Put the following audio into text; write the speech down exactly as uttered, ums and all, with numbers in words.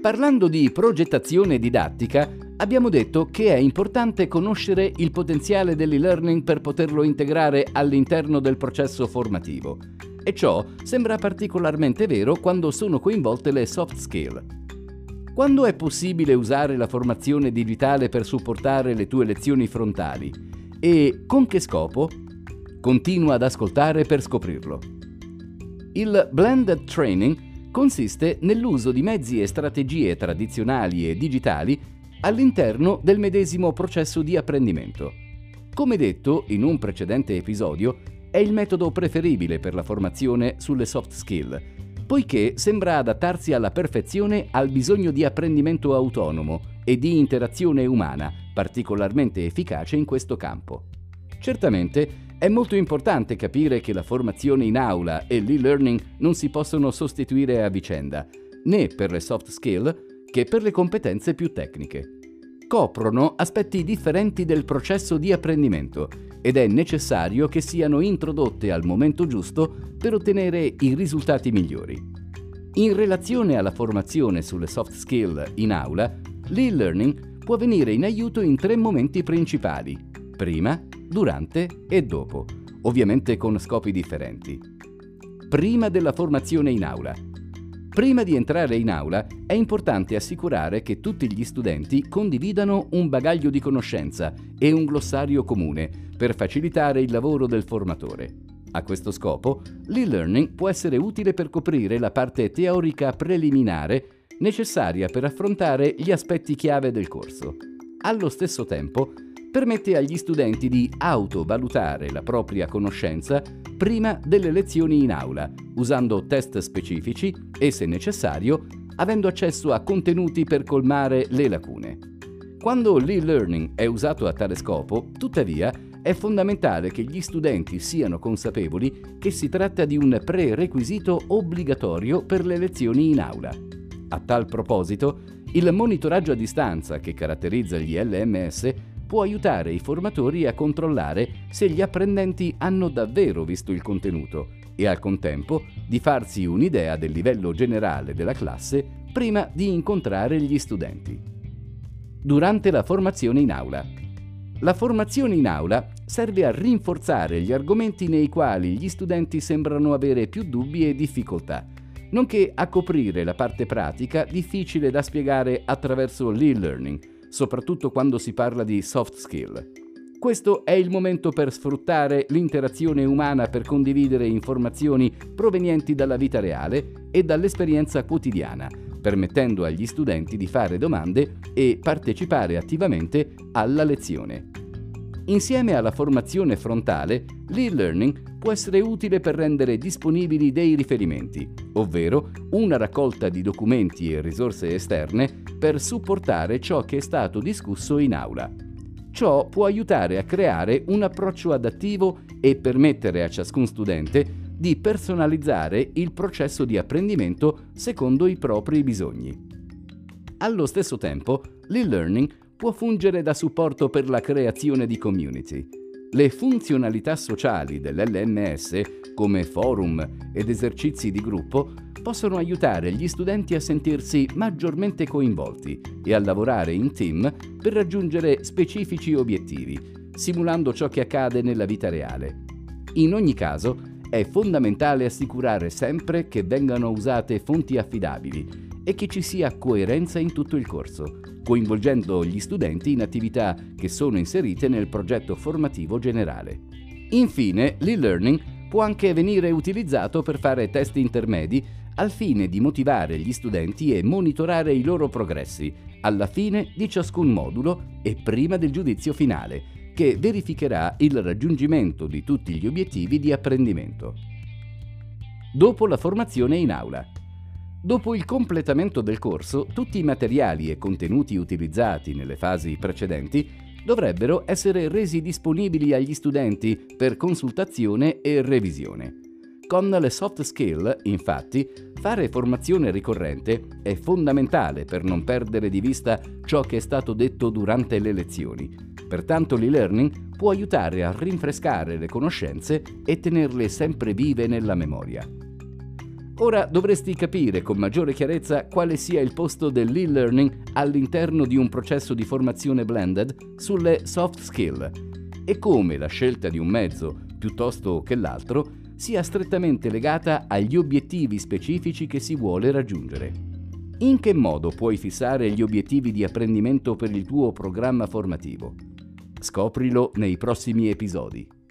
Parlando di progettazione didattica, abbiamo detto che è importante conoscere il potenziale dell'e-learning per poterlo integrare all'interno del processo formativo. E ciò sembra particolarmente vero quando sono coinvolte le soft skill. Quando è possibile usare la formazione digitale per supportare le tue lezioni frontali? E con che scopo? Continua ad ascoltare per scoprirlo. Il blended training consiste nell'uso di mezzi e strategie tradizionali e digitali all'interno del medesimo processo di apprendimento. Come detto in un precedente episodio, è il metodo preferibile per la formazione sulle soft skill, poiché sembra adattarsi alla perfezione al bisogno di apprendimento autonomo e di interazione umana, particolarmente efficace in questo campo. Certamente, è molto importante capire che la formazione in aula e l'e-learning non si possono sostituire a vicenda, né per le soft skill che per le competenze più tecniche. Coprono aspetti differenti del processo di apprendimento ed è necessario che siano introdotte al momento giusto per ottenere i risultati migliori. In relazione alla formazione sulle soft skill in aula, l'e-learning può venire in aiuto in tre momenti principali: prima, durante e dopo, ovviamente con scopi differenti. Prima della formazione in aula. Prima di entrare in aula è importante assicurare che tutti gli studenti condividano un bagaglio di conoscenza e un glossario comune per facilitare il lavoro del formatore. A questo scopo, l'e-learning può essere utile per coprire la parte teorica preliminare necessaria per affrontare gli aspetti chiave del corso. Allo stesso tempo, permette agli studenti di autovalutare la propria conoscenza prima delle lezioni in aula, usando test specifici e, se necessario, avendo accesso a contenuti per colmare le lacune. Quando l'e-learning è usato a tale scopo, tuttavia, è fondamentale che gli studenti siano consapevoli che si tratta di un prerequisito obbligatorio per le lezioni in aula. A tal proposito, il monitoraggio a distanza che caratterizza gli L M S può aiutare i formatori a controllare se gli apprendenti hanno davvero visto il contenuto e al contempo di farsi un'idea del livello generale della classe prima di incontrare gli studenti. Durante la formazione in aula. La formazione in aula serve a rinforzare gli argomenti nei quali gli studenti sembrano avere più dubbi e difficoltà, nonché a coprire la parte pratica difficile da spiegare attraverso l'e-learning, soprattutto quando si parla di soft skill. Questo è il momento per sfruttare l'interazione umana per condividere informazioni provenienti dalla vita reale e dall'esperienza quotidiana, permettendo agli studenti di fare domande e partecipare attivamente alla lezione. Insieme alla formazione frontale, l'e-learning può essere utile per rendere disponibili dei riferimenti, ovvero una raccolta di documenti e risorse esterne per supportare ciò che è stato discusso in aula. Ciò può aiutare a creare un approccio adattivo e permettere a ciascun studente di personalizzare il processo di apprendimento secondo i propri bisogni. Allo stesso tempo, l'e-learning può fungere da supporto per la creazione di community. Le funzionalità sociali dell'L M S, come forum ed esercizi di gruppo, possono aiutare gli studenti a sentirsi maggiormente coinvolti e a lavorare in team per raggiungere specifici obiettivi, simulando ciò che accade nella vita reale. In ogni caso, è fondamentale assicurare sempre che vengano usate fonti affidabili e che ci sia coerenza in tutto il corso, coinvolgendo gli studenti in attività che sono inserite nel progetto formativo generale. Infine, l'e-learning può anche venire utilizzato per fare test intermedi al fine di motivare gli studenti e monitorare i loro progressi alla fine di ciascun modulo e prima del giudizio finale, che verificherà il raggiungimento di tutti gli obiettivi di apprendimento. Dopo la formazione in aula. Dopo il completamento del corso, tutti i materiali e contenuti utilizzati nelle fasi precedenti dovrebbero essere resi disponibili agli studenti per consultazione e revisione. Con le soft skill, infatti, fare formazione ricorrente è fondamentale per non perdere di vista ciò che è stato detto durante le lezioni. Pertanto l'e-learning può aiutare a rinfrescare le conoscenze e tenerle sempre vive nella memoria. Ora dovresti capire con maggiore chiarezza quale sia il posto dell'e-learning all'interno di un processo di formazione blended sulle soft skill e come la scelta di un mezzo piuttosto che l'altro sia strettamente legata agli obiettivi specifici che si vuole raggiungere. In che modo puoi fissare gli obiettivi di apprendimento per il tuo programma formativo? Scoprilo nei prossimi episodi.